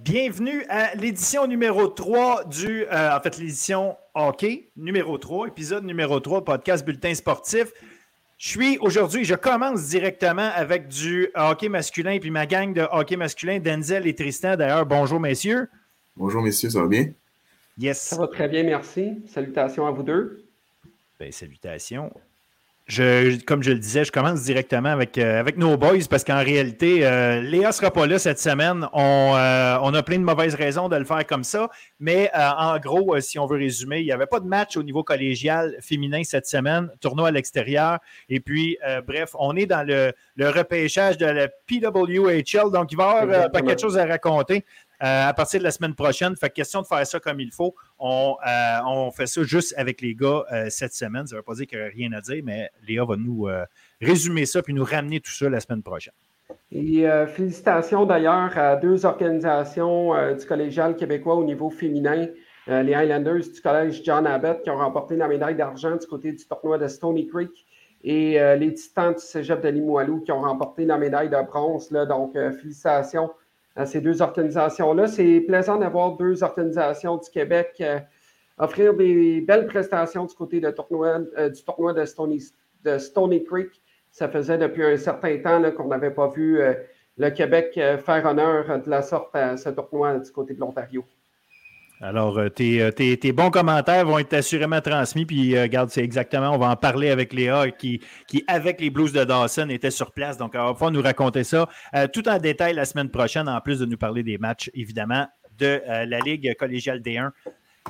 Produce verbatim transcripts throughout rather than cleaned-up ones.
Bienvenue à l'édition numéro trois du, euh, en fait, l'édition hockey numéro trois, épisode numéro trois, podcast Bulletin sportif. Je suis aujourd'hui, je commence directement avec du hockey masculin, puis ma gang de hockey masculin, Denzel et Tristan. D'ailleurs, bonjour messieurs. Bonjour messieurs, ça va bien? Yes. Ça va très bien, merci. Salutations à vous deux. Bien, salutations. Je, comme je le disais, je commence directement avec, euh, avec nos boys parce qu'en réalité, euh, Léa ne sera pas là cette semaine. On, euh, on a plein de mauvaises raisons de le faire comme ça. Mais euh, en gros, euh, si on veut résumer, il n'y avait pas de match au niveau collégial féminin cette semaine, tournoi à l'extérieur. Et puis, euh, bref, on est dans le, le repêchage de la P W H L. Donc, il va y avoir euh, pas quelque chose à raconter. Euh, à partir de la semaine prochaine. Fait que question de faire ça comme il faut. On, euh, on fait ça juste avec les gars euh, cette semaine. Ça ne veut pas dire qu'il n'y a rien à dire, mais Léa va nous euh, résumer ça puis nous ramener tout ça la semaine prochaine. Et euh, félicitations d'ailleurs à deux organisations euh, du collégial québécois au niveau féminin. Euh, les Highlanders du collège John Abbott qui ont remporté la médaille d'argent du côté du tournoi de Stony Creek et euh, les Titans du cégep de Limoilou qui ont remporté la médaille de bronze. Là. Donc, euh, félicitations à ces deux organisations-là. C'est plaisant d'avoir deux organisations du Québec euh, offrir des belles prestations du côté de tournoi, euh, du tournoi de Stony, de Stony Creek. Ça faisait depuis un certain temps là, qu'on n'avait pas vu euh, le Québec euh, faire honneur de la sorte à ce tournoi du côté de l'Ontario. Alors, euh, tes, tes, tes bons commentaires vont être assurément transmis. Puis, euh, regarde, c'est exactement, on va en parler avec Léa qui, qui, avec les Blues de Dawson, était sur place. Donc, on va pouvoir nous raconter ça euh, tout en détail la semaine prochaine, en plus de nous parler des matchs, évidemment, de euh, la Ligue collégiale D un.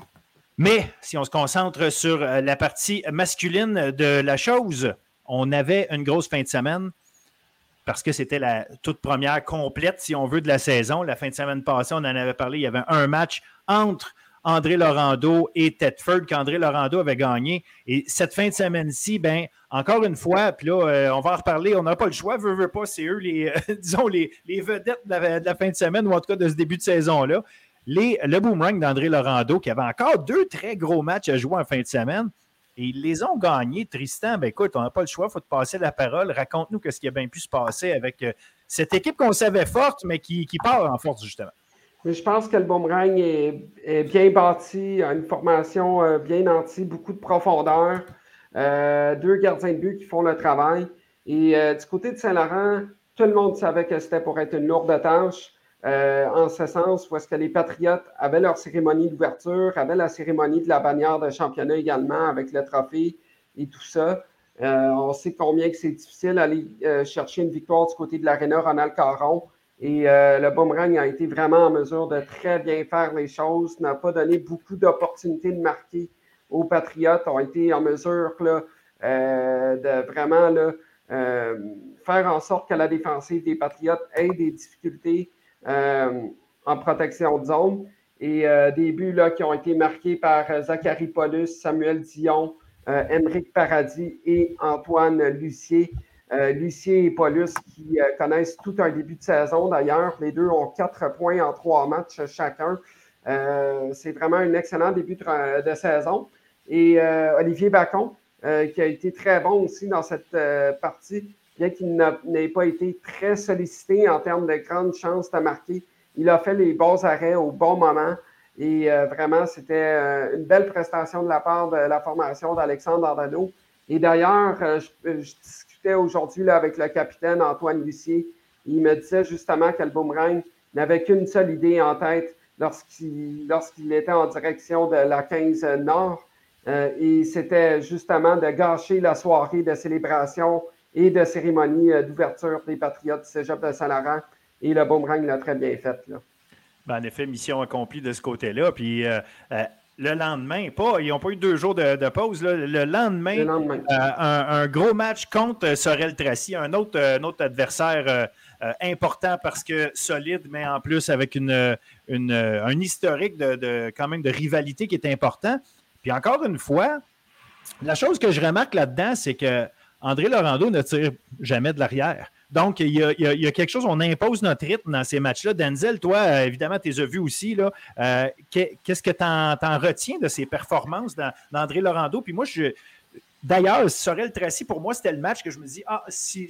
Mais, si on se concentre sur euh, la partie masculine de la chose, on avait une grosse fin de semaine parce que c'était la toute première complète, si on veut, de la saison. La fin de semaine passée, on en avait parlé, il y avait un match entre André Laurando et Thetford qu'André Laurando avait gagné. Et cette fin de semaine-ci, ben, encore une fois, puis là, euh, on va en reparler, on n'a pas le choix, veut, veut pas, c'est eux les, euh, disons, les, les vedettes de la, de la fin de semaine, ou en tout cas de ce début de saison-là. Les, le boomerang d'André Laurando, qui avait encore deux très gros matchs à jouer en fin de semaine, et ils les ont gagnés. Tristan, ben écoute, on n'a pas le choix, il faut te passer la parole. Raconte-nous ce qui a bien pu se passer avec euh, cette équipe qu'on savait forte, mais qui, qui part en force, justement. Mais je pense que le boomerang est, est bien bâti, a une formation euh, bien nantie, beaucoup de profondeur, euh, deux gardiens de but qui font le travail. Et euh, du côté de Saint-Laurent, tout le monde savait que c'était pour être une lourde tâche, euh, en ce sens où est-ce que les Patriotes avaient leur cérémonie d'ouverture, avaient la cérémonie de la bannière de championnat également avec le trophée et tout ça. Euh, on sait combien que c'est difficile d'aller euh, chercher une victoire du côté de l'aréna Ronald Caron. Et euh, le boomerang a été vraiment en mesure de très bien faire les choses, n'a pas donné beaucoup d'opportunités de marquer aux Patriotes, ont été en mesure là, euh, de vraiment là, euh, faire en sorte que la défensive des Patriotes ait des difficultés euh, en protection de zone. Et euh, des buts là, qui ont été marqués par euh, Zachary Paulus, Samuel Dion, euh, Émeric Paradis et Antoine Lucier. Euh, Lucier et Paulus qui euh, connaissent tout un début de saison d'ailleurs. Les deux ont quatre points en trois matchs chacun. Euh, c'est vraiment un excellent début de, de saison. Et euh, Olivier Bacon, euh, qui a été très bon aussi dans cette euh, partie, bien qu'il n'ait pas été très sollicité en termes de grandes chances de marquer. Il a fait les bons arrêts au bon moment. Et euh, vraiment, c'était euh, une belle prestation de la part de la formation d'Alexandre Ardano. Et d'ailleurs, euh, je, je discutais aujourd'hui là, avec le capitaine Antoine Lucier. Il me disait justement que le boomerang n'avait qu'une seule idée en tête lorsqu'il, lorsqu'il était en direction de la quinze Nord. Euh, et c'était justement de gâcher la soirée de célébration et de cérémonie euh, d'ouverture des Patriotes du cégep de Saint-Laurent. Et le boomerang l'a très bien fait, là. Ben, en effet, mission accomplie de ce côté-là. Puis euh, euh, le lendemain, pas, ils n'ont pas eu deux jours de, de pause. Là. Le lendemain, le lendemain. Euh, un, un gros match contre Sorel Tracy, un autre, un autre adversaire euh, euh, important parce que solide, mais en plus avec une, une, un historique de, de, quand même de rivalité qui est important. Puis encore une fois, la chose que je remarque là-dedans, c'est que André Laurando ne tire jamais de l'arrière. Donc, il y, a, il, y a, il y a quelque chose, on impose notre rythme dans ces matchs-là. Denzel, toi, euh, évidemment, tu les as vus aussi. Là. Euh, qu'est-ce que tu en, en retiens de ces performances d'André Laurando? Puis moi, je, d'ailleurs, Sorel Tracy, pour moi, c'était le match que je me dis, ah, si, c'est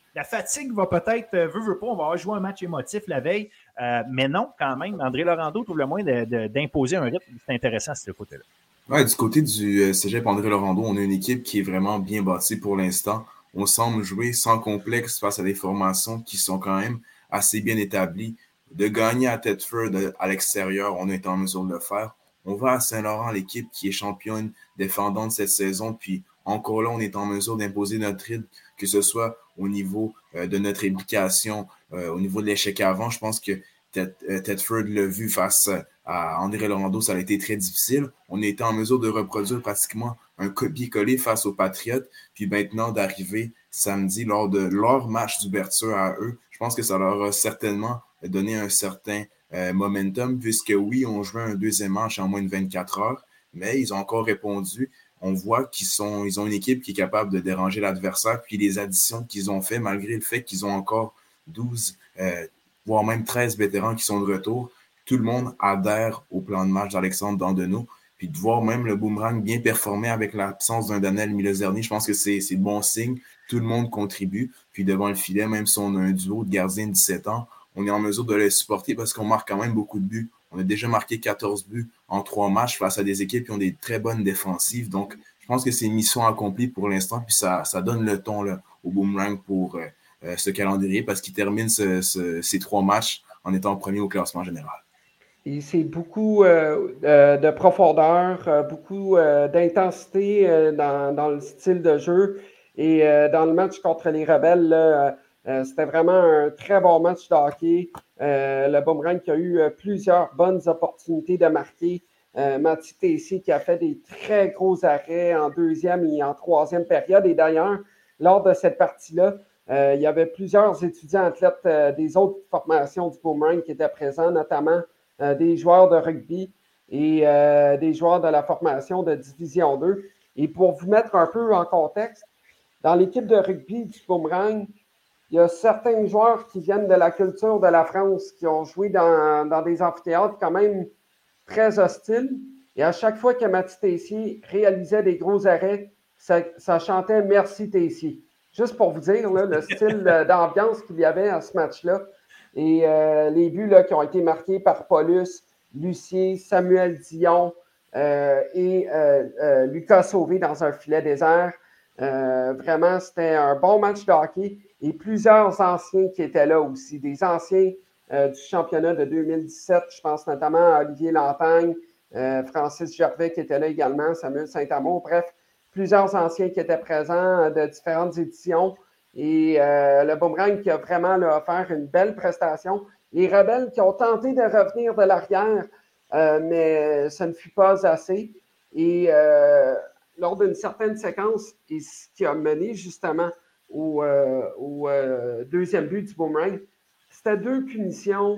la fatigue va peut-être, euh, veut, veut pas, on va avoir joué un match émotif la veille, euh, mais non, quand même, André Laurando trouve le moyen de, de, d'imposer un rythme. C'est intéressant, ce côté-là. Ouais, du côté du euh, Cégep André Laurando, on a une équipe qui est vraiment bien bâtie pour l'instant. On semble jouer sans complexe face à des formations qui sont quand même assez bien établies. De gagner à Thetford à l'extérieur, on est en mesure de le faire. On va à Saint-Laurent, l'équipe qui est championne défendante cette saison, puis encore là, on est en mesure d'imposer notre rythme, que ce soit au niveau euh, de notre implication, euh, au niveau de l'échec avant. Je pense que Thetford l'a vu face à André Laurando, ça a été très difficile. On était en mesure de reproduire pratiquement un copier-coller face aux Patriotes, puis maintenant d'arriver samedi lors de leur match d'ouverture à eux, je pense que ça leur a certainement donné un certain euh, momentum, puisque oui, on jouait un deuxième match en moins de vingt-quatre heures, mais ils ont encore répondu. On voit qu'ils sont, ils ont une équipe qui est capable de déranger l'adversaire, puis les additions qu'ils ont fait, malgré le fait qu'ils ont encore douze, euh, voire même treize vétérans qui sont de retour, tout le monde adhère au plan de match d'Alexandre Dandonneau. Puis de voir même le Boomerang bien performer avec l'absence d'un Daniel Milozerny, je pense que c'est, c'est de bon signe. Tout le monde contribue. Puis devant le filet, même si on a un duo de gardiens de dix-sept ans, on est en mesure de les supporter parce qu'on marque quand même beaucoup de buts. On a déjà marqué quatorze buts en trois matchs face à des équipes qui ont des très bonnes défensives. Donc, je pense que c'est une mission accomplie pour l'instant. Puis ça, ça donne le ton là, au Boomerang pour euh, ce calendrier parce qu'il termine ce, ce, ces trois matchs en étant premier au classement général. Et c'est beaucoup euh, euh, de profondeur, euh, beaucoup euh, d'intensité euh, dans, dans le style de jeu. Et euh, dans le match contre les Rebelles, là, euh, c'était vraiment un très bon match de hockey. Euh, le Boomerang qui a eu euh, plusieurs bonnes opportunités de marquer. Euh, Mathieu Tessier qui a fait des très gros arrêts en deuxième et en troisième période. Et d'ailleurs, lors de cette partie-là, euh, il y avait plusieurs étudiants athlètes euh, des autres formations du Boomerang qui étaient présents, notamment Euh, des joueurs de rugby et euh, des joueurs de la formation de Division deux. Et pour vous mettre un peu en contexte, dans l'équipe de rugby du Boomerang, il y a certains joueurs qui viennent de la culture de la France, qui ont joué dans, dans des amphithéâtres quand même très hostiles. Et à chaque fois que Mathieu Tessier réalisait des gros arrêts, ça, ça chantait « Merci Tessier ». Juste pour vous dire là, le style d'ambiance qu'il y avait à ce match-là. Et euh, les buts là, qui ont été marqués par Paulus, Lucier, Samuel Dion euh, et euh, euh, Lucas Sauvé dans un filet désert. Euh, vraiment, c'était un bon match de hockey. Et plusieurs anciens qui étaient là aussi. Des anciens euh, du championnat de deux mille dix-sept. Je pense notamment à Olivier Lantagne, euh, Francis Gervais qui était là également, Samuel Saint-Amour. Bref, plusieurs anciens qui étaient présents de différentes éditions. Et euh, le Boomerang qui a vraiment là, offert une belle prestation. Les Rebelles qui ont tenté de revenir de l'arrière, euh, mais ça ne fut pas assez. Et euh, lors d'une certaine séquence, et ce qui a mené justement au, euh, au euh, deuxième but du Boomerang, c'était deux punitions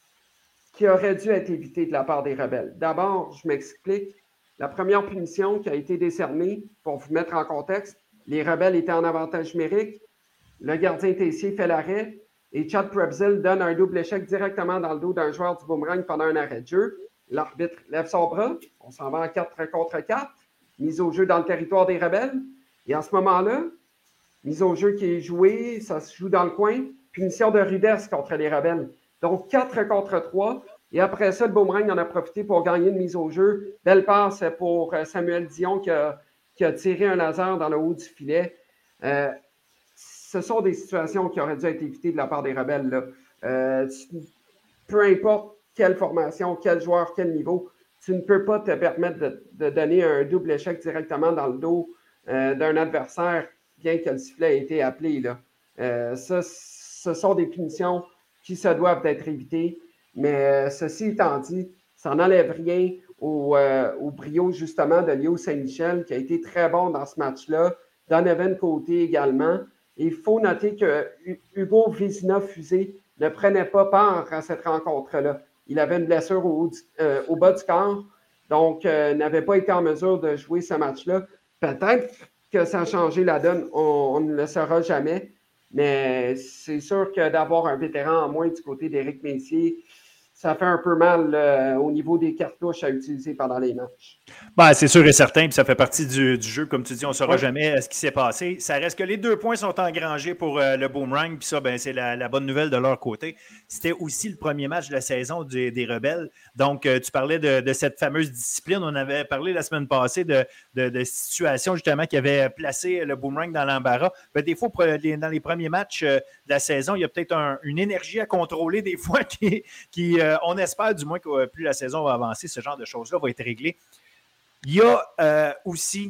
qui auraient dû être évitées de la part des Rebelles. D'abord, je m'explique. La première punition qui a été décernée, pour vous mettre en contexte, les Rebelles étaient en avantage numérique. Le gardien Tessier fait l'arrêt et Chad Prebzel donne un double échec directement dans le dos d'un joueur du Boomerang pendant un arrêt de jeu. L'arbitre lève son bras. On s'en va en quatre contre quatre. Mise au jeu dans le territoire des Rebelles. Et en ce moment-là, mise au jeu qui est jouée, ça se joue dans le coin. Punition de rudesse contre les Rebelles. Donc quatre contre trois. Et après ça, le Boomerang en a profité pour gagner une mise au jeu. Belle passe pour Samuel Dion qui a, qui a tiré un laser dans le haut du filet. Euh, Ce sont des situations qui auraient dû être évitées de la part des Rebelles. Là. Euh, tu, peu importe quelle formation, quel joueur, quel niveau, tu ne peux pas te permettre de, de donner un double échec directement dans le dos euh, d'un adversaire, bien que le sifflet ait été appelé. Là. Euh, ça, ce sont des punitions qui se doivent d'être évitées. Mais euh, ceci étant dit, ça n'enlève rien au, euh, au brio justement de Léo Saint-Michel, qui a été très bon dans ce match-là. Donovan Côté également. Il faut noter que Hugo Vézina-Fusé ne prenait pas part à cette rencontre-là. Il avait une blessure au, euh, au bas du corps, donc euh, n'avait pas été en mesure de jouer ce match-là. Peut-être que ça a changé la donne, on, on ne le saura jamais, mais c'est sûr que d'avoir un vétéran en moins du côté d'Éric Messier, ça fait un peu mal euh, au niveau des cartouches à utiliser pendant les matchs. Ben, c'est sûr et certain, puis ça fait partie du, du jeu. Comme tu dis, on ne saura Ouais. jamais ce qui s'est passé. Ça reste que les deux points sont engrangés pour euh, le Boomerang, puis ça, ben, c'est la, la bonne nouvelle de leur côté. C'était aussi le premier match de la saison du, des Rebelles. Donc, euh, tu parlais de, de cette fameuse discipline. On avait parlé la semaine passée de, de, de situations justement qui avaient placé le Boomerang dans l'embarras. Ben, des fois, dans les premiers matchs euh, de la saison, il y a peut-être un, une énergie à contrôler des fois qui, qui euh, on espère du moins que plus la saison va avancer, ce genre de choses-là va être réglé. Il y a euh, aussi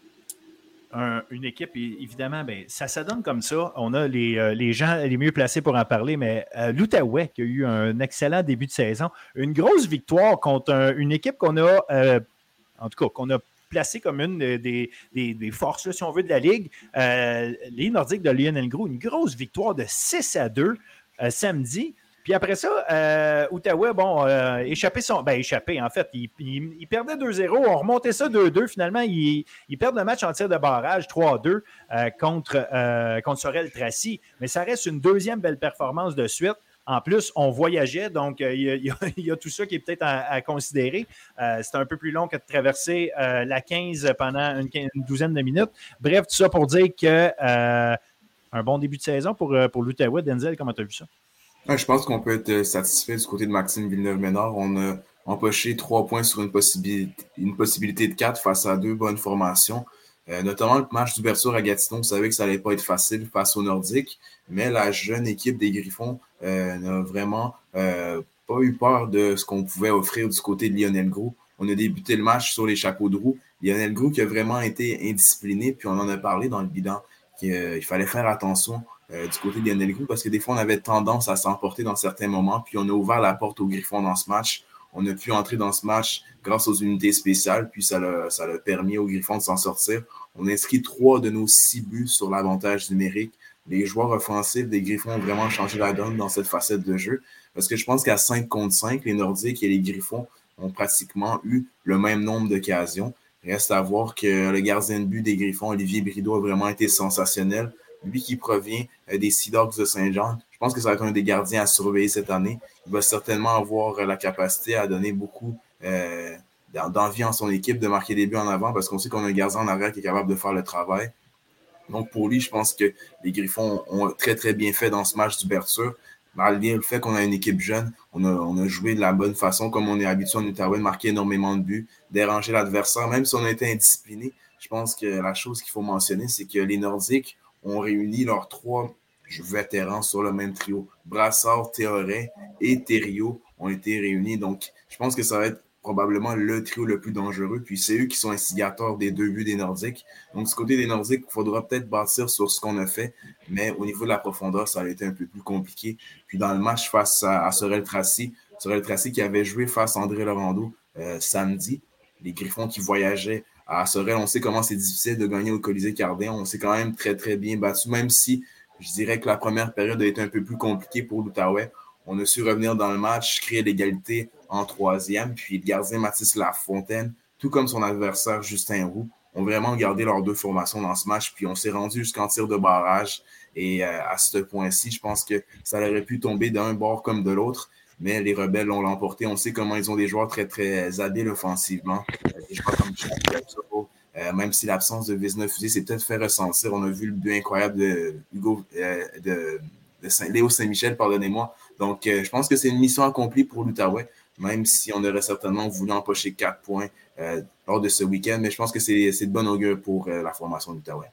un, une équipe, évidemment, ben, ça se donne comme ça. On a les, euh, les gens les mieux placés pour en parler, mais euh, l'Outaouais qui a eu un excellent début de saison, une grosse victoire contre un, une équipe qu'on a, euh, en tout cas, qu'on a placée comme une des, des, des forces, là, si on veut, de la Ligue. Euh, les Nordiques de Lionel Groulx, une grosse victoire de six à deux euh, samedi. Puis après ça, euh, Outaouais, bon, euh, échappé son. Ben, échappé, en fait. Il, il, il perdait deux zéro. On remontait ça deux deux. Finalement, il, il perd le match en tir de barrage trois à deux euh, contre, euh, contre Sorel-Tracy. Mais ça reste une deuxième belle performance de suite. En plus, on voyageait, donc euh, il, y a, il y a tout ça qui est peut-être à, à considérer. Euh, c'est un peu plus long que de traverser euh, la quinze pendant une, une douzaine de minutes. Bref, tout ça pour dire que euh, un bon début de saison pour, pour l'Outaouais. Denzel, comment tu as vu ça? Ouais, je pense qu'on peut être satisfait du côté de Maxime Villeneuve-Ménard. On a empoché trois points sur une possibilité, une possibilité de quatre face à deux bonnes formations. Euh, notamment le match d'ouverture à Gatineau, on savait que ça allait pas être facile face aux Nordiques, mais la jeune équipe des Griffons euh, n'a vraiment euh, pas eu peur de ce qu'on pouvait offrir du côté de Lionel Groulx. On a débuté le match sur les chapeaux de roue. Lionel Groulx qui a vraiment été indiscipliné, puis on en a parlé dans le bilan, qu'il euh, fallait faire attention Euh, du côté de Lionel Groulx, parce que des fois, on avait tendance à s'emporter dans certains moments, puis on a ouvert la porte aux Griffons dans ce match. On a pu entrer dans ce match grâce aux unités spéciales, puis ça l'a, ça l'a permis aux Griffons de s'en sortir. On a inscrit trois de nos six buts sur l'avantage numérique. Les joueurs offensifs des Griffons ont vraiment changé la donne dans cette facette de jeu, parce que je pense qu'à cinq contre cinq, les Nordiques et les Griffons ont pratiquement eu le même nombre d'occasions. Reste à voir que le gardien de but des Griffons, Olivier Brideau, a vraiment été sensationnel. Lui qui provient euh, des Sea Dogs de Saint-Jean, je pense que ça va être un des gardiens à surveiller cette année. Il va certainement avoir euh, la capacité à donner beaucoup euh, d'envie en son équipe de marquer des buts en avant, parce qu'on sait qu'on a un gardien en arrière qui est capable de faire le travail. Donc pour lui, je pense que les Griffons ont très très bien fait dans ce match d'ouverture. Malgré le fait qu'on a une équipe jeune, on a, on a joué de la bonne façon, comme on est habitué en Outaouais, de marquer énormément de buts, déranger l'adversaire, même si on a été indiscipliné. Je pense que la chose qu'il faut mentionner, c'est que les Nordiques ont réuni leurs trois vétérans sur le même trio. Brassard, Théoret et Thériault ont été réunis. Donc, je pense que ça va être probablement le trio le plus dangereux. Puis, c'est eux qui sont instigateurs des deux buts des Nordiques. Donc, du côté des Nordiques, il faudra peut-être bâtir sur ce qu'on a fait. Mais au niveau de la profondeur, ça a été un peu plus compliqué. Puis, dans le match face à, à Sorel-Tracy, Sorel-Tracy qui avait joué face à André Laurando euh, samedi, les Griffons qui voyageaient à Sorel, on sait comment c'est difficile de gagner au Colisée Cardin. On s'est quand même très, très bien battu, même si je dirais que la première période a été un peu plus compliquée pour l'Outaouais. On a su revenir dans le match, créer l'égalité en troisième, puis le gardien Mathis Lafontaine, tout comme son adversaire Justin Roux, ont vraiment gardé leurs deux formations dans ce match, puis on s'est rendu jusqu'en tir de barrage. Et euh, à ce point-ci, je pense que ça aurait pu tomber d'un bord comme de l'autre. Mais les Rebelles l'ont l'emporté. On sait comment ils ont des joueurs très, très habiles offensivement. Des joueurs comme Chaput, euh, même si l'absence de Villeneuve-Fusé s'est peut-être fait ressentir. On a vu le but incroyable de, Hugo, euh, de, de Saint, Léo Saint-Michel, pardonnez-moi. Donc, euh, je pense que c'est une mission accomplie pour l'Outaouais, même si on aurait certainement voulu empocher quatre points euh, lors de ce week-end. Mais je pense que c'est, c'est de bon augure pour euh, la formation de l'Outaouais.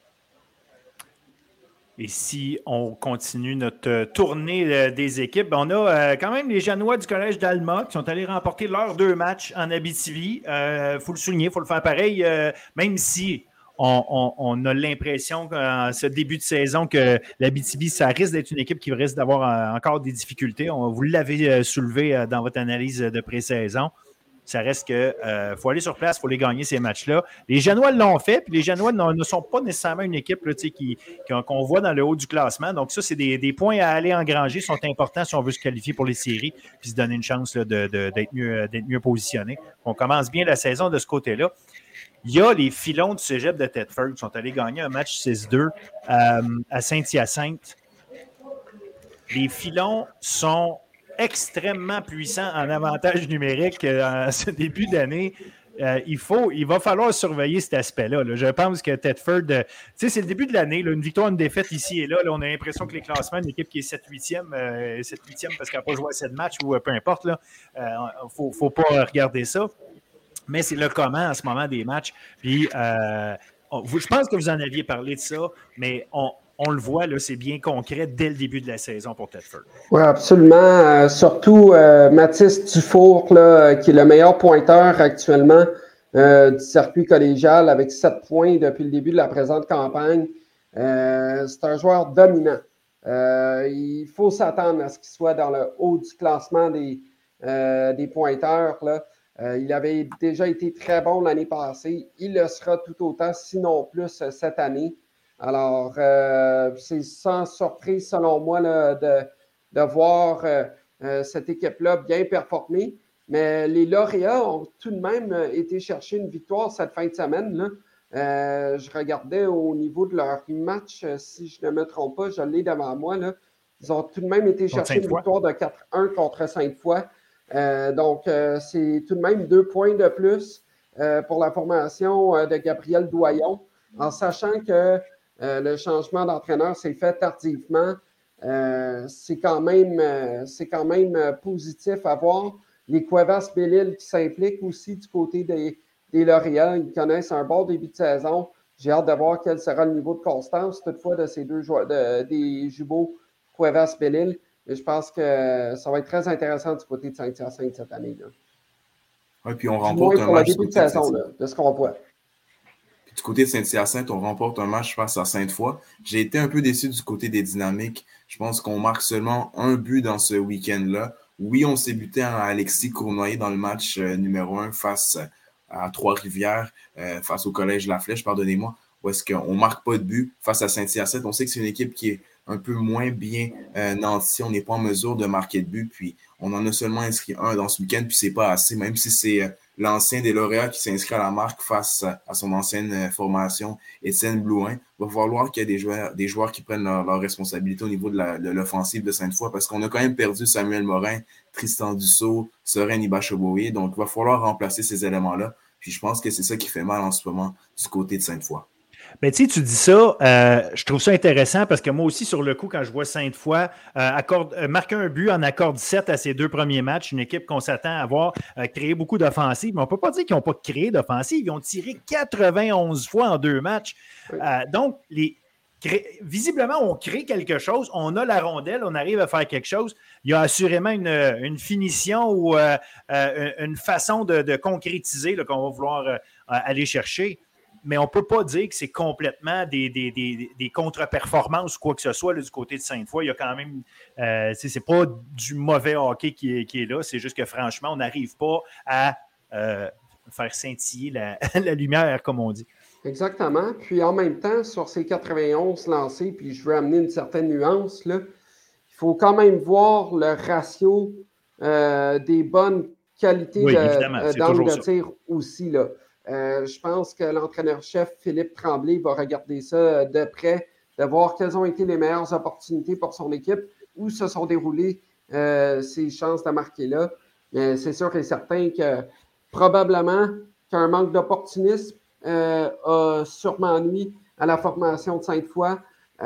Et si on continue notre tournée des équipes, on a quand même les Janois du Collège d'Alma qui sont allés remporter leurs deux matchs en Abitibi. Il euh, faut le souligner, il faut le faire pareil, euh, même si on, on, on a l'impression en ce début de saison que l'Abitibi, ça risque d'être une équipe qui risque d'avoir encore des difficultés. On, vous l'avez soulevé dans votre analyse de pré-saison. Ça reste qu'il euh, faut aller sur place, il faut les gagner, ces matchs-là. Les Janois l'ont fait, puis les Janois ne sont pas nécessairement une équipe là, qui, qui, qu'on voit dans le haut du classement. Donc, ça, c'est des, des points à aller engranger, sont importants si on veut se qualifier pour les séries, puis se donner une chance là, de, de, d'être, mieux, d'être mieux positionné. On commence bien la saison de ce côté-là. Il y a les Filons du cégep de Thetford qui sont allés gagner un match six deux euh, à Saint-Hyacinthe. Les Filons sont extrêmement puissants en avantage numérique en ce début d'année. Euh, il, faut, il va falloir surveiller cet aspect-là. Là. Je pense que Tedford, euh, tu sais, c'est le début de l'année, là, une victoire, une défaite ici et là. Là on a l'impression que les classements, une équipe qui est sept huitième, euh, sept huitième parce qu'elle n'a pas joué à sept matchs ou euh, peu importe, il ne faut, faut pas regarder ça. Mais c'est le comment en ce moment des matchs. Puis, euh, on, je pense que vous en aviez parlé de ça, mais on, on le voit, là, c'est bien concret dès le début de la saison pour Tedford. Oui, absolument. Euh, surtout euh, Mathis Dufour, là, qui est le meilleur pointeur actuellement euh, du circuit collégial avec sept points depuis le début de la présente campagne. Euh, c'est un joueur dominant. Euh, il faut s'attendre à ce qu'il soit dans le haut du classement des, euh, des pointeurs, là. Euh, il avait déjà été très bon l'année passée. Il le sera tout autant, sinon plus, cette année. Alors, euh, c'est sans surprise, selon moi, là, de, de voir euh, euh, cette équipe-là bien performer. Mais les lauréats ont tout de même été chercher une victoire cette fin de semaine, là. Euh, je regardais au niveau de leur match, si je ne me trompe pas, je l'ai devant moi, là. Ils ont tout de même été chercher une victoire de quatre un contre Sainte-Foy. Euh, donc, euh, c'est tout de même deux points de plus euh, pour la formation euh, de Gabriel Doyon, en sachant que euh, le changement d'entraîneur s'est fait tardivement. Euh, c'est quand même, euh, c'est quand même euh, positif à voir. Les Cuevas Bellil qui s'impliquent aussi du côté des, des lauréats. Ils connaissent un bon début de saison. J'ai hâte de voir quel sera le niveau de constance, toutefois, de ces deux joueurs, de, des jumeaux Cuevas Bellil. Et je pense que ça va être très intéressant du côté de Saint-Hyacinthe cette année. Là. Oui, puis on remporte un pour match. Le début de saison, là, de ce qu'on voit. Puis du côté de Saint-Hyacinthe, on remporte un match face à Sainte-Foy. J'ai été un peu déçu du côté des dynamiques. Je pense qu'on marque seulement un but dans ce week-end-là. Oui, on s'est buté à Alexis Cournoyer dans le match euh, numéro un face à Trois-Rivières, euh, face au Collège La Flèche, pardonnez-moi, où est-ce qu'on ne marque pas de but face à Saint-Hyacinthe. On sait que c'est une équipe qui est un peu moins bien euh, nantie. On n'est pas en mesure de marquer de but. Puis on en a seulement inscrit un dans ce week-end, puis c'est pas assez, même si c'est euh, l'ancien des lauréats qui s'inscrit à la marque face à, à son ancienne euh, formation, Étienne Blouin. Il va falloir qu'il y ait des joueurs, des joueurs qui prennent leur, leur responsabilité au niveau de, la, de l'offensive de Sainte-Foy, parce qu'on a quand même perdu Samuel Morin, Tristan Dussault, Soren Ibacheboye. Donc, il va falloir remplacer ces éléments-là. Puis je pense que c'est ça qui fait mal en ce moment du côté de Sainte-Foy. Mais tu sais, tu dis ça, euh, je trouve ça intéressant parce que moi aussi, sur le coup, quand je vois Sainte-Foy euh, accorde, euh, marquer un but en accorde sept à ses deux premiers matchs, une équipe qu'on s'attend à voir euh, créer beaucoup d'offensives, mais on ne peut pas dire qu'ils n'ont pas créé d'offensives. Ils ont tiré quatre-vingt-onze fois en deux matchs. Euh, donc, les, cré... visiblement, on crée quelque chose, on a la rondelle, on arrive à faire quelque chose. Il y a assurément une, une finition ou euh, euh, une façon de, de concrétiser là, qu'on va vouloir euh, aller chercher. Mais on ne peut pas dire que c'est complètement des, des, des, des contre-performances ou quoi que ce soit là, du côté de Sainte-Foy. Il y a quand même, euh, c'est pas du mauvais hockey qui est, qui est là, c'est juste que franchement, on n'arrive pas à euh, faire scintiller la, la lumière, comme on dit. Exactement. Puis en même temps, sur ces quatre-vingt-onze lancés, puis je veux amener une certaine nuance, là, il faut quand même voir le ratio euh, des bonnes qualités oui, de, d'angle de tir aussi, là. Euh, je pense que l'entraîneur-chef Philippe Tremblay va regarder ça de près, de voir quelles ont été les meilleures opportunités pour son équipe, où se sont déroulées euh, ces chances de marquer là. Mais c'est sûr et certain que probablement qu'un manque d'opportunisme euh, a sûrement nuit à la formation de Sainte-Foy.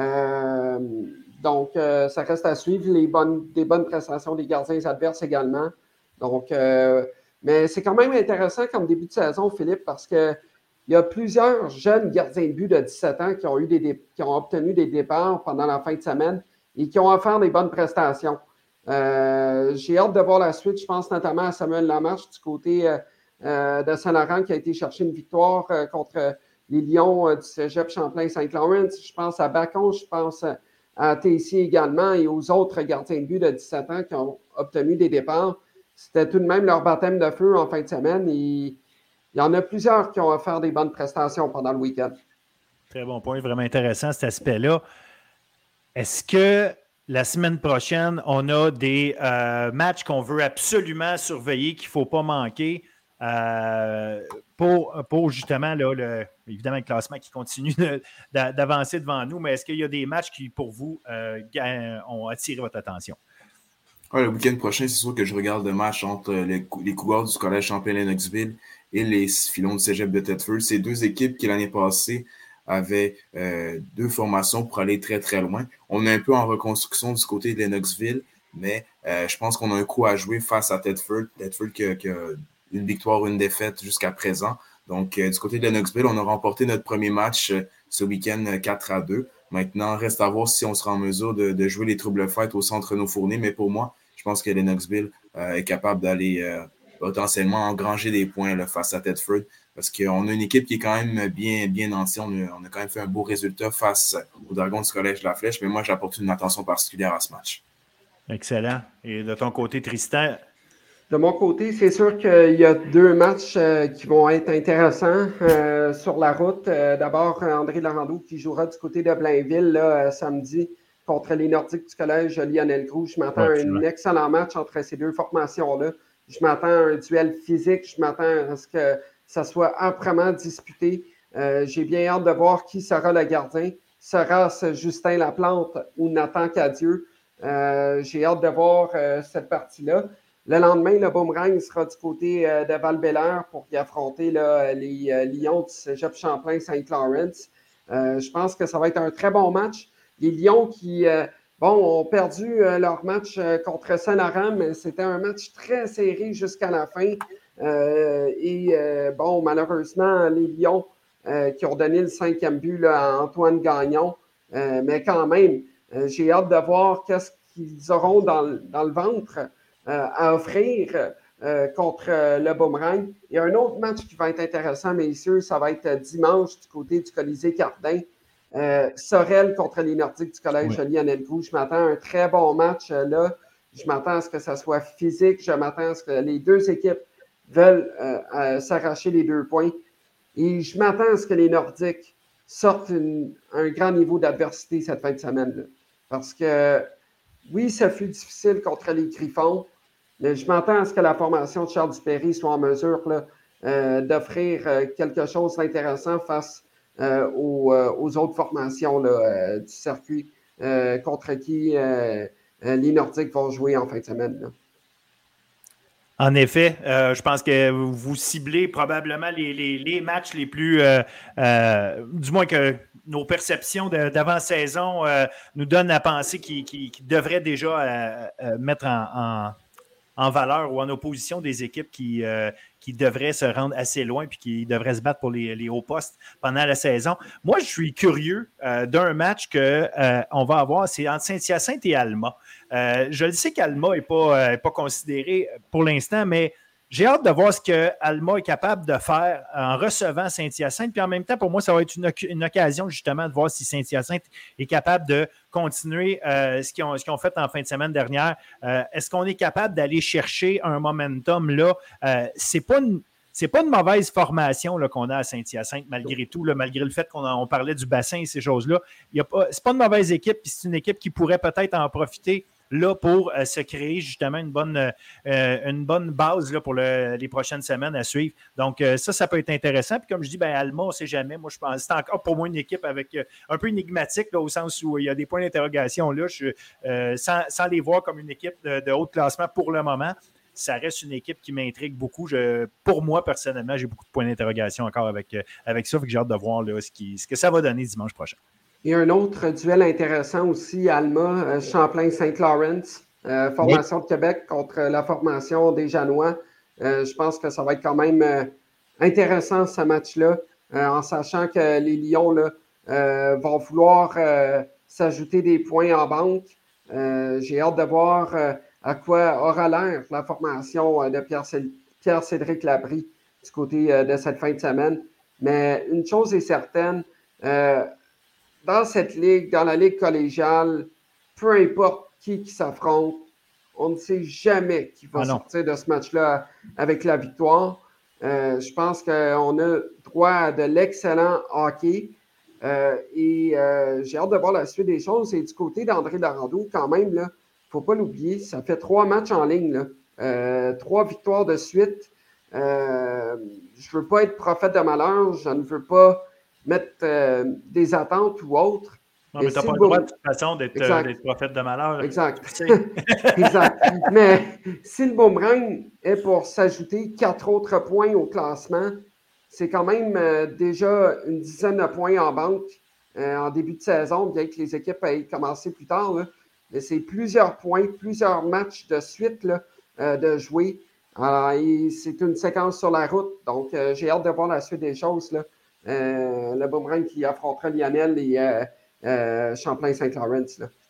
Euh, donc, euh, ça reste à suivre les bonnes, des bonnes prestations des gardiens adverses également. Donc, euh, mais c'est quand même intéressant comme début de saison, Philippe, parce qu'il y a plusieurs jeunes gardiens de but de dix-sept ans qui ont, eu des, qui ont obtenu des départs pendant la fin de semaine et qui ont offert des bonnes prestations. Euh, j'ai hâte de voir la suite. Je pense notamment à Samuel Lamarche du côté euh, euh, de Saint-Laurent qui a été chercher une victoire euh, contre les Lions euh, du Cégep Champlain-Saint-Laurent. Je pense à Bacon, je pense à Tessier également et aux autres gardiens de but de dix-sept ans qui ont obtenu des départs. C'était tout de même leur baptême de feu en fin de semaine. Et il y en a plusieurs qui ont offert des bonnes prestations pendant le week-end. Très bon point, vraiment intéressant cet aspect-là. Est-ce que la semaine prochaine, on a des euh, matchs qu'on veut absolument surveiller, qu'il ne faut pas manquer euh, pour, pour justement là, le, évidemment le classement qui continue de, d'avancer devant nous, mais est-ce qu'il y a des matchs qui, pour vous, euh, ont attiré votre attention? Ouais, le week-end prochain, c'est sûr que je regarde le match entre les, les Cougars du Collège Champlain-Lennoxville et les Filons du Cégep de Thetford. C'est deux équipes qui, l'année passée, avaient euh, deux formations pour aller très, très loin. On est un peu en reconstruction du côté de Lennoxville, mais euh, je pense qu'on a un coup à jouer face à Thetford. Thetford qui a, qui a une victoire ou une défaite jusqu'à présent. Donc, euh, du côté de Lennoxville, on a remporté notre premier match euh, ce week-end quatre à deux. Maintenant, reste à voir si on sera en mesure de, de jouer les troubles fêtes au centre nos fournées, mais pour moi, je pense que Lennoxville euh, est capable d'aller euh, potentiellement engranger des points là, face à Thetford parce qu'on a une équipe qui est quand même bien, bien nantie. On a, on a quand même fait un beau résultat face aux Dragons du Collège de la Flèche, mais moi, j'apporte une attention particulière à ce match. Excellent. Et de ton côté, Tristan? De mon côté, c'est sûr qu'il y a deux matchs euh, qui vont être intéressants euh, sur la route. Euh, d'abord, André Larandeau qui jouera du côté de Blainville là, euh, samedi contre les Nordiques du Collège Lionel Groux. Je m'attends ouais, à un excellent match entre ces deux formations-là. Je m'attends à un duel physique. Je m'attends à ce que ça soit âprement disputé. Euh, j'ai bien hâte de voir qui sera le gardien. Sera-ce Justin Laplante ou Nathan Cadieux? Euh, j'ai hâte de voir euh, cette partie-là. Le lendemain, le boomerang sera du côté euh, de Val-Bélair pour y affronter là, les euh, Lions du Cégep Champlain-Saint-Lawrence. Euh, je pense que ça va être un très bon match. Les Lions qui euh, bon, ont perdu euh, leur match euh, contre Saint-Laurent, mais c'était un match très serré jusqu'à la fin. Euh, et euh, bon, malheureusement, les Lions euh, qui ont donné le cinquième but là, à Antoine Gagnon. Euh, mais quand même, euh, j'ai hâte de voir qu'est-ce qu'ils auront dans, dans le ventre euh, à offrir euh, contre euh, le boomerang. Il y a un autre match qui va être intéressant, messieurs. Ça va être dimanche du côté du Colisée Cardin. Euh, Sorel contre les Nordiques du Collège oui. Lionel Groux. Je m'attends à un très bon match euh, là. Je m'attends à ce que ça soit physique. Je m'attends à ce que les deux équipes veulent euh, euh, s'arracher les deux points. Et je m'attends à ce que les Nordiques sortent une, un grand niveau d'adversité cette fin de semaine. Là. Parce que, oui, ça fut difficile contre les Griffons, mais je m'attends à ce que la formation de Charles Dupéry soit en mesure là, euh, d'offrir euh, quelque chose d'intéressant face euh, aux, euh, aux autres formations là, euh, du circuit euh, contre qui euh, les Nordiques vont jouer en fin de semaine. Là. En effet, euh, je pense que vous ciblez probablement les, les, les matchs les plus, euh, euh, du moins que nos perceptions de, d'avant-saison euh, nous donnent à penser qu'ils, qu'ils, qu'ils devraient déjà euh, euh, mettre en, en, en valeur ou en opposition des équipes qui, euh, qui devraient se rendre assez loin puis qui devraient se battre pour les, les hauts postes pendant la saison. Moi, je suis curieux euh, d'un match qu'on euh, va avoir, c'est entre Saint-Hyacinthe et Alma. Euh, je le sais qu'Alma n'est pas, euh, pas considéré pour l'instant, mais j'ai hâte de voir ce que Alma est capable de faire en recevant Saint-Hyacinthe. Puis en même temps, pour moi, ça va être une, une occasion justement de voir si Saint-Hyacinthe est capable de continuer euh, ce, qu'ils ont, ce qu'ils ont fait en fin de semaine dernière. Euh, est-ce qu'on est capable d'aller chercher un momentum là? Euh, c'est pas une, c'est pas une mauvaise formation là, qu'on a à Saint-Hyacinthe, malgré tout, là, malgré le fait qu'on a, on parlait du bassin et ces choses-là. Il y a pas, c'est pas une mauvaise équipe, puis c'est une équipe qui pourrait peut-être en profiter là pour euh, se créer justement une bonne, euh, une bonne base là, pour le, les prochaines semaines à suivre. Donc, euh, ça, ça peut être intéressant. Puis comme je dis, ben, Alma, on ne sait jamais. Moi, je pense c'est encore pour moi une équipe avec euh, un peu énigmatique là, au sens où il y a des points d'interrogation là, je, euh, sans, sans les voir comme une équipe de, de haut classement pour le moment. Ça reste une équipe qui m'intrigue beaucoup. Je, pour moi, personnellement, j'ai beaucoup de points d'interrogation encore avec, avec ça. Fait que j'ai hâte de voir là, ce, qui, ce que ça va donner dimanche prochain. Et un autre duel intéressant aussi, Alma, euh, Champlain-Saint-Lawrence, euh, formation oui. de Québec contre la formation des Janois. Euh, je pense que ça va être quand même euh, intéressant ce match-là, euh, en sachant que les Lions là, euh, vont vouloir euh, s'ajouter des points en banque. Euh, j'ai hâte de voir euh, à quoi aura l'air la formation euh, de Pierre-Cédric Labrie du côté euh, de cette fin de semaine. Mais une chose est certaine, euh, dans cette ligue, dans la ligue collégiale, peu importe qui qui s'affronte, on ne sait jamais qui va ah sortir de ce match-là avec la victoire. Euh, je pense qu'on a droit à de l'excellent hockey euh, et euh, j'ai hâte de voir la suite des choses. Et du côté d'André Larandeau, quand même, il ne faut pas l'oublier, ça fait trois matchs en ligne, là. Euh, trois victoires de suite. Euh, je ne veux pas être prophète de malheur, je ne veux pas mettre euh, des attentes ou autres, Non, mais, mais tu n'as pas le droit, de toute façon, d'être, euh, d'être prophète de malheur. Exact. Tu sais. Exact. Mais si le boomerang est pour s'ajouter quatre autres points au classement, c'est quand même euh, déjà une dizaine de points en banque euh, en début de saison, bien que les équipes aient commencé plus tard. Là. Mais c'est plusieurs points, plusieurs matchs de suite là, euh, de jouer. Alors, et c'est une séquence sur la route. Donc, euh, j'ai hâte de voir la suite des choses. Là. Euh, le boomerang qui affrontera Lionel et euh, euh, Champlain-Saint-Laurent.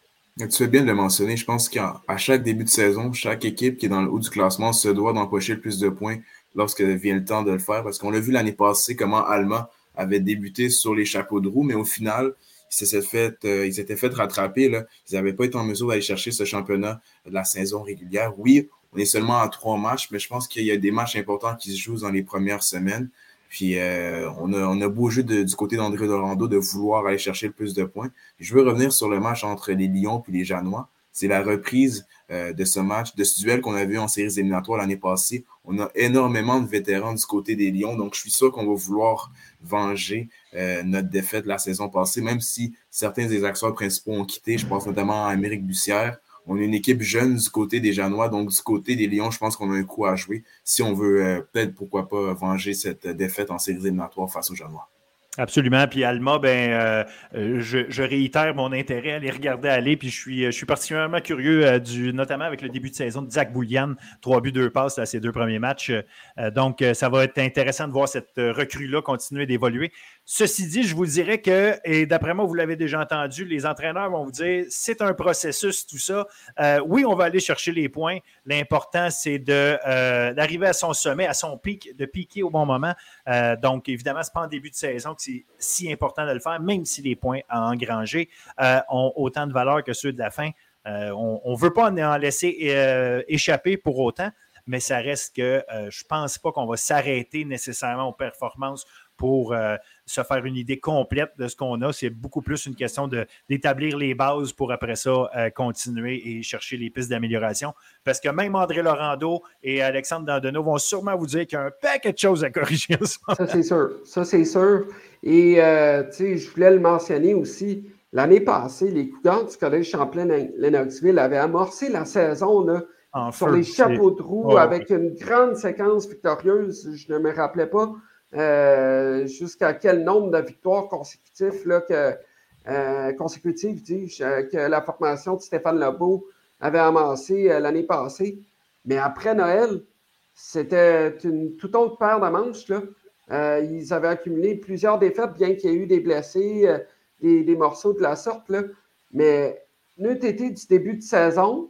Tu fais bien de le mentionner. Je pense qu'à chaque début de saison, chaque équipe qui est dans le haut du classement se doit d'empocher le plus de points lorsque vient le temps de le faire. Parce qu'on l'a vu l'année passée, comment Alma avait débuté sur les chapeaux de roue, mais au final, ils s'étaient fait, euh, ils s'étaient fait rattraper. Là. Ils n'avaient pas été en mesure d'aller chercher ce championnat de la saison régulière. Oui, on est seulement à trois matchs, mais je pense qu'il y a des matchs importants qui se jouent dans les premières semaines. Puis euh, on, a, on a beau jeu de, du côté d'André Dorando de vouloir aller chercher le plus de points. Je veux revenir sur le match entre les Lions et les Janois. C'est la reprise euh, de ce match, de ce duel qu'on a vu en séries éliminatoires l'année passée. On a énormément de vétérans du côté des Lions, donc je suis sûr qu'on va vouloir venger euh, notre défaite de la saison passée, même si certains des acteurs principaux ont quitté. Je pense notamment à Amérique Bussière. On est une équipe jeune du côté des Janois, donc du côté des Lions, je pense qu'on a un coup à jouer si on veut euh, peut-être, pourquoi pas, venger cette défaite en séries éliminatoires face aux Janois. Absolument. Puis Alma, ben, euh, je, je réitère mon intérêt à les regarder aller. Puis je suis, je suis particulièrement curieux, euh, du, notamment avec le début de saison de Zach Boulian, trois buts, deux passes à ses deux premiers matchs. Euh, donc, ça va être intéressant de voir cette recrue-là continuer d'évoluer. Ceci dit, je vous dirais que, et d'après moi, vous l'avez déjà entendu, les entraîneurs vont vous dire, c'est un processus, tout ça. Euh, oui, on va aller chercher les points. L'important, c'est de, euh, d'arriver à son sommet, à son pic, de piquer au bon moment. Euh, donc, évidemment, ce n'est pas en début de saison que c'est si important de le faire, même si les points à engranger euh, ont autant de valeur que ceux de la fin. Euh, on ne veut pas en laisser euh, échapper pour autant, mais ça reste que euh, je ne pense pas qu'on va s'arrêter nécessairement aux performances pour euh, se faire une idée complète de ce qu'on a. C'est beaucoup plus une question de, d'établir les bases pour après ça euh, continuer et chercher les pistes d'amélioration. Parce que même André Laurando et Alexandre Dandonneau vont sûrement vous dire qu'il y a un paquet de choses à corriger en ce moment. Ça, c'est sûr. Ça, c'est sûr. Et, euh, tu sais, je voulais le mentionner aussi. L'année passée, les Cougars du Collège Champlain-Lennoxville avaient amorcé la saison là, en sur feu, les chapeaux de roue oh, avec oui. une grande séquence victorieuse. Je ne me rappelais pas euh, jusqu'à quel nombre de victoires consécutives, là, que, euh, consécutives dis-je, que la formation de Stéphane Lebeau avait amassé euh, l'année passée. Mais après Noël, c'était une toute autre paire de manches. Là. Euh, ils avaient accumulé plusieurs défaites, bien qu'il y ait eu des blessés, euh, des, des morceaux de la sorte. Là. Mais n'eût été du début de saison,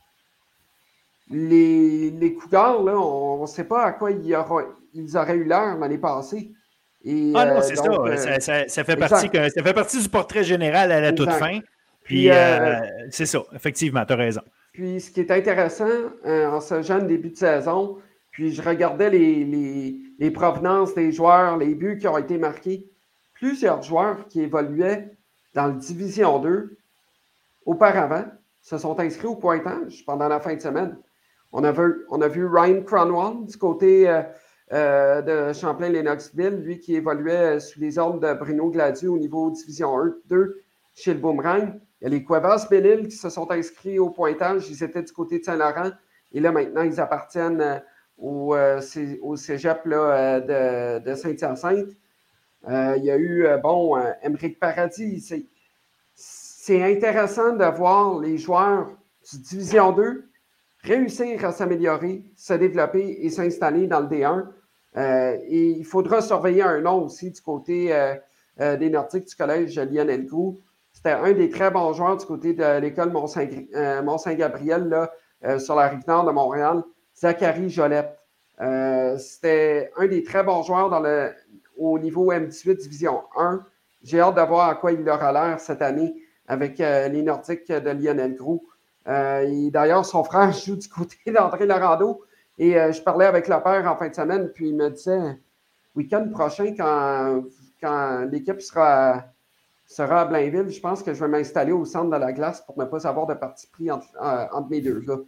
les, les Cougars, là, on ne sait pas à quoi ils, aura, ils auraient eu l'air l'année passée. Et, ah non, c'est euh, donc, ça. Euh, ça, ça, ça, fait partie que, ça fait partie du portrait général à la exact. toute fin. Puis, Puis euh, euh, c'est ça, effectivement, tu as raison. Puis, ce qui est intéressant euh, en ce jeune début de saison, puis je regardais les, les, les provenances des joueurs, les buts qui ont été marqués. Plusieurs joueurs qui évoluaient dans le Division deux auparavant se sont inscrits au pointage pendant la fin de semaine. On a vu, on a vu Ryan Cronwall du côté euh, euh, de Champlain-Lennoxville, lui qui évoluait sous les ordres de Bruno Gladieux au niveau Division un deux chez le Boomerang. Il y a les Cuevas Bellil qui se sont inscrits au pointage. Ils étaient du côté de Saint-Laurent. Et là, maintenant, ils appartiennent au, euh, au cégep là, de, de Saint-Hyacinthe. Euh, il y a eu, bon, euh, Émeric Paradis. C'est, c'est intéressant de voir les joueurs du Division deux réussir à s'améliorer, se développer et s'installer dans le D un. Euh, et il faudra surveiller un nom aussi du côté euh, euh, des Nordiques du collège Lionel Groux. C'était un des très bons joueurs du côté de l'école Mont-Saint- Mont-Saint-Gabriel, là, euh, sur la rive nord de Montréal, Zachary Jolette. Euh, c'était un des très bons joueurs dans le, au niveau M dix-huit Division un. J'ai hâte de voir à quoi il aura l'air cette année avec euh, les Nordiques de Lionel Groux. Euh, et d'ailleurs, son frère joue du côté d'André Laurando. Et euh, je parlais avec le père en fin de semaine, puis il me disait, week-end prochain, quand, quand l'équipe sera... sera à Blainville, je pense que je vais m'installer au centre de la glace pour ne pas avoir de parti pris entre, euh, entre mes deux gars.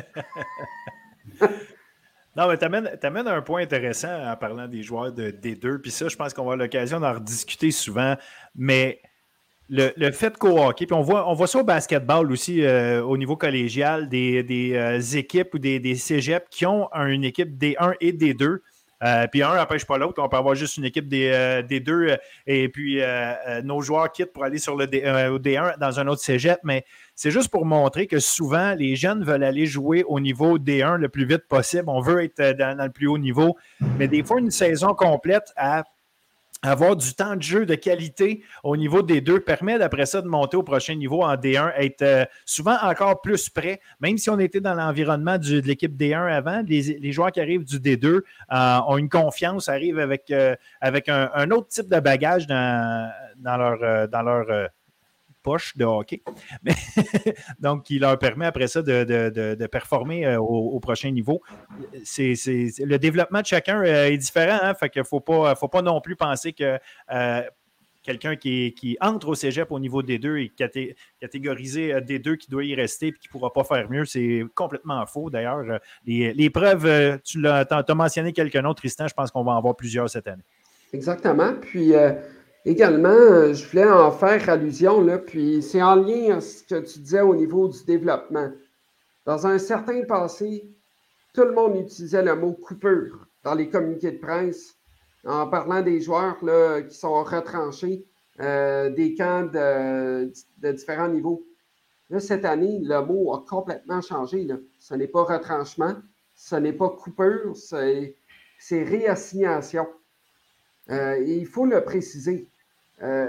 Non, mais tu amènes un point intéressant en parlant des joueurs de D deux. Puis ça, je pense qu'on va avoir l'occasion d'en rediscuter souvent. Mais Le, le fait qu'au hockey, puis on voit, on voit ça au basketball aussi, euh, au niveau collégial, des, des euh, équipes ou des, des cégeps qui ont un, une équipe D un et D deux. Euh, puis un n'empêche pas l'autre. On peut avoir juste une équipe des, euh, des deux euh, et puis euh, euh, nos joueurs quittent pour aller sur le D, euh, au D un dans un autre cégep. Mais c'est juste pour montrer que souvent, les jeunes veulent aller jouer au niveau D un le plus vite possible. On veut être dans, dans le plus haut niveau. Mais des fois, une saison complète à avoir du temps de jeu de qualité au niveau des deux permet d'après ça de monter au prochain niveau en D un, être euh, souvent encore plus prêt, même si on était dans l'environnement du, de l'équipe D un avant, les, les joueurs qui arrivent du D deux euh, ont une confiance, arrivent avec, euh, avec un, un autre type de bagage dans, dans leur, euh, dans leur euh, poche de hockey. Mais donc, qui leur permet après ça de, de, de, de performer euh, au, au prochain niveau. C'est, c'est, c'est, le développement de chacun euh, est différent, hein, fait qu'il ne faut pas, faut pas non plus penser que euh, quelqu'un qui, qui entre au cégep au niveau D deux et caté, catégorisé D deux qui doit y rester et qui ne pourra pas faire mieux, c'est complètement faux. D'ailleurs, les, les preuves, tu l'as t'as mentionné quelques noms, Tristan, je pense qu'on va en avoir plusieurs cette année. Exactement. Puis, euh, également, je voulais en faire allusion, là, puis c'est en lien à ce que tu disais au niveau du développement. Dans un certain passé, tout le monde utilisait le mot coupure dans les communiqués de presse en parlant des joueurs là, qui sont retranchés euh, des camps de, de différents niveaux. Là, cette année, le mot a complètement changé. Là. Ce n'est pas retranchement, ce n'est pas coupure, c'est, c'est réassignation. Euh, et il faut le préciser. Euh,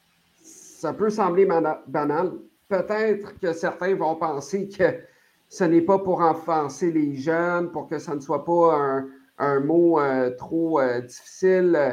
ça peut sembler banal. Peut-être que certains vont penser que ce n'est pas pour offenser les jeunes, pour que ça ne soit pas un, un mot euh, trop euh, difficile euh,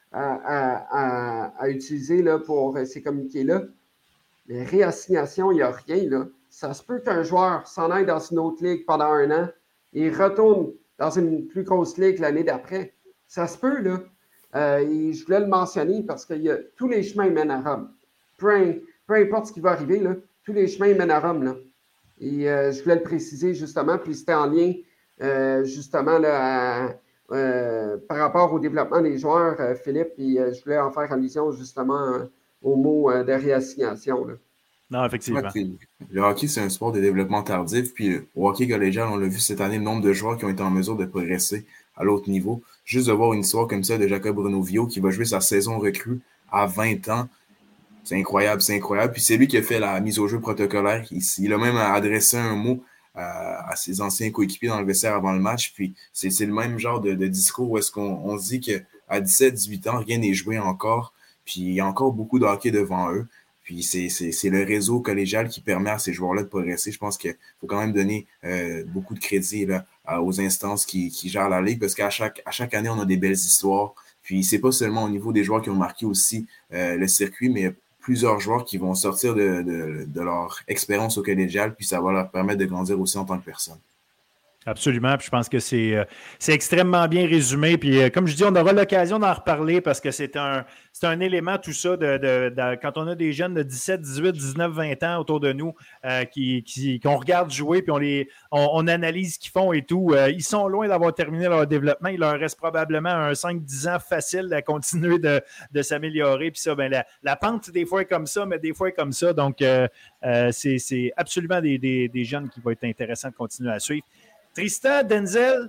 à, à, à utiliser là, pour ces communiqués-là. Mais réassignation, il n'y a rien. Là. Ça se peut qu'un joueur s'en aille dans une autre ligue pendant un an et retourne dans une plus grosse ligue l'année d'après. Ça se peut, là. Euh, et je voulais le mentionner parce que y a, tous les chemins mènent à Rome. Peu, peu importe ce qui va arriver, là, tous les chemins mènent à Rome. Là. Et euh, je voulais le préciser justement, puis c'était en lien euh, justement là, à, euh, par rapport au développement des joueurs, euh, Philippe, et euh, je voulais en faire allusion justement euh, au mot euh, de réassignation. Là. Non, effectivement. Ouais, le hockey, c'est un sport de développement tardif. Puis au hockey collégial, on l'a vu cette année, le nombre de joueurs qui ont été en mesure de progresser à l'autre niveau. Juste de voir une histoire comme ça de Jacob Renovio qui va jouer sa saison recrue à vingt ans, c'est incroyable, c'est incroyable. Puis c'est lui qui a fait la mise au jeu protocolaire. Il, il a même adressé un mot euh, à ses anciens coéquipiers dans le vestiaire avant le match. Puis c'est, c'est le même genre de, de discours où est-ce qu'on on se dit qu'à dix-sept dix-huit ans, rien n'est joué encore. Puis il y a encore beaucoup de hockey devant eux. Puis c'est, c'est, c'est le réseau collégial qui permet à ces joueurs-là de progresser. Je pense qu'il faut quand même donner euh, beaucoup de crédit là, aux instances qui, qui gèrent la Ligue parce qu'à chaque, à chaque année, on a des belles histoires. Puis c'est pas seulement au niveau des joueurs qui ont marqué aussi euh, le circuit, mais plusieurs joueurs qui vont sortir de, de, de leur expérience au collégial, puis ça va leur permettre de grandir aussi en tant que personne. Absolument, puis je pense que c'est, euh, c'est extrêmement bien résumé. Puis euh, comme je dis, on aura l'occasion d'en reparler parce que c'est un, c'est un élément, tout ça, de, de, de, quand on a des jeunes de dix-sept, dix-huit, dix-neuf, vingt ans autour de nous euh, qui, qui, qu'on regarde jouer, puis on, les, on, on analyse ce qu'ils font et tout. Euh, ils sont loin d'avoir terminé leur développement. Il leur reste probablement un cinq dix ans facile à continuer de, de s'améliorer. Puis ça, ben, la, la pente, des fois, est comme ça, mais des fois, est comme ça. Donc, euh, euh, c'est, c'est absolument des, des, des jeunes qui vont être intéressants de continuer à suivre. Tristan, Denzel,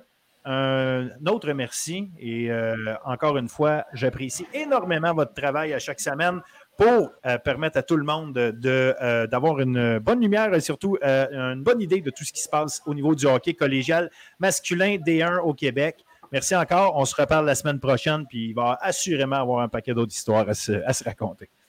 un autre merci et euh, encore une fois, j'apprécie énormément votre travail à chaque semaine pour euh, permettre à tout le monde de, de, euh, d'avoir une bonne lumière et surtout euh, une bonne idée de tout ce qui se passe au niveau du hockey collégial masculin D un au Québec. Merci encore, on se reparle la semaine prochaine puis il va assurément avoir un paquet d'autres histoires à se, à se raconter.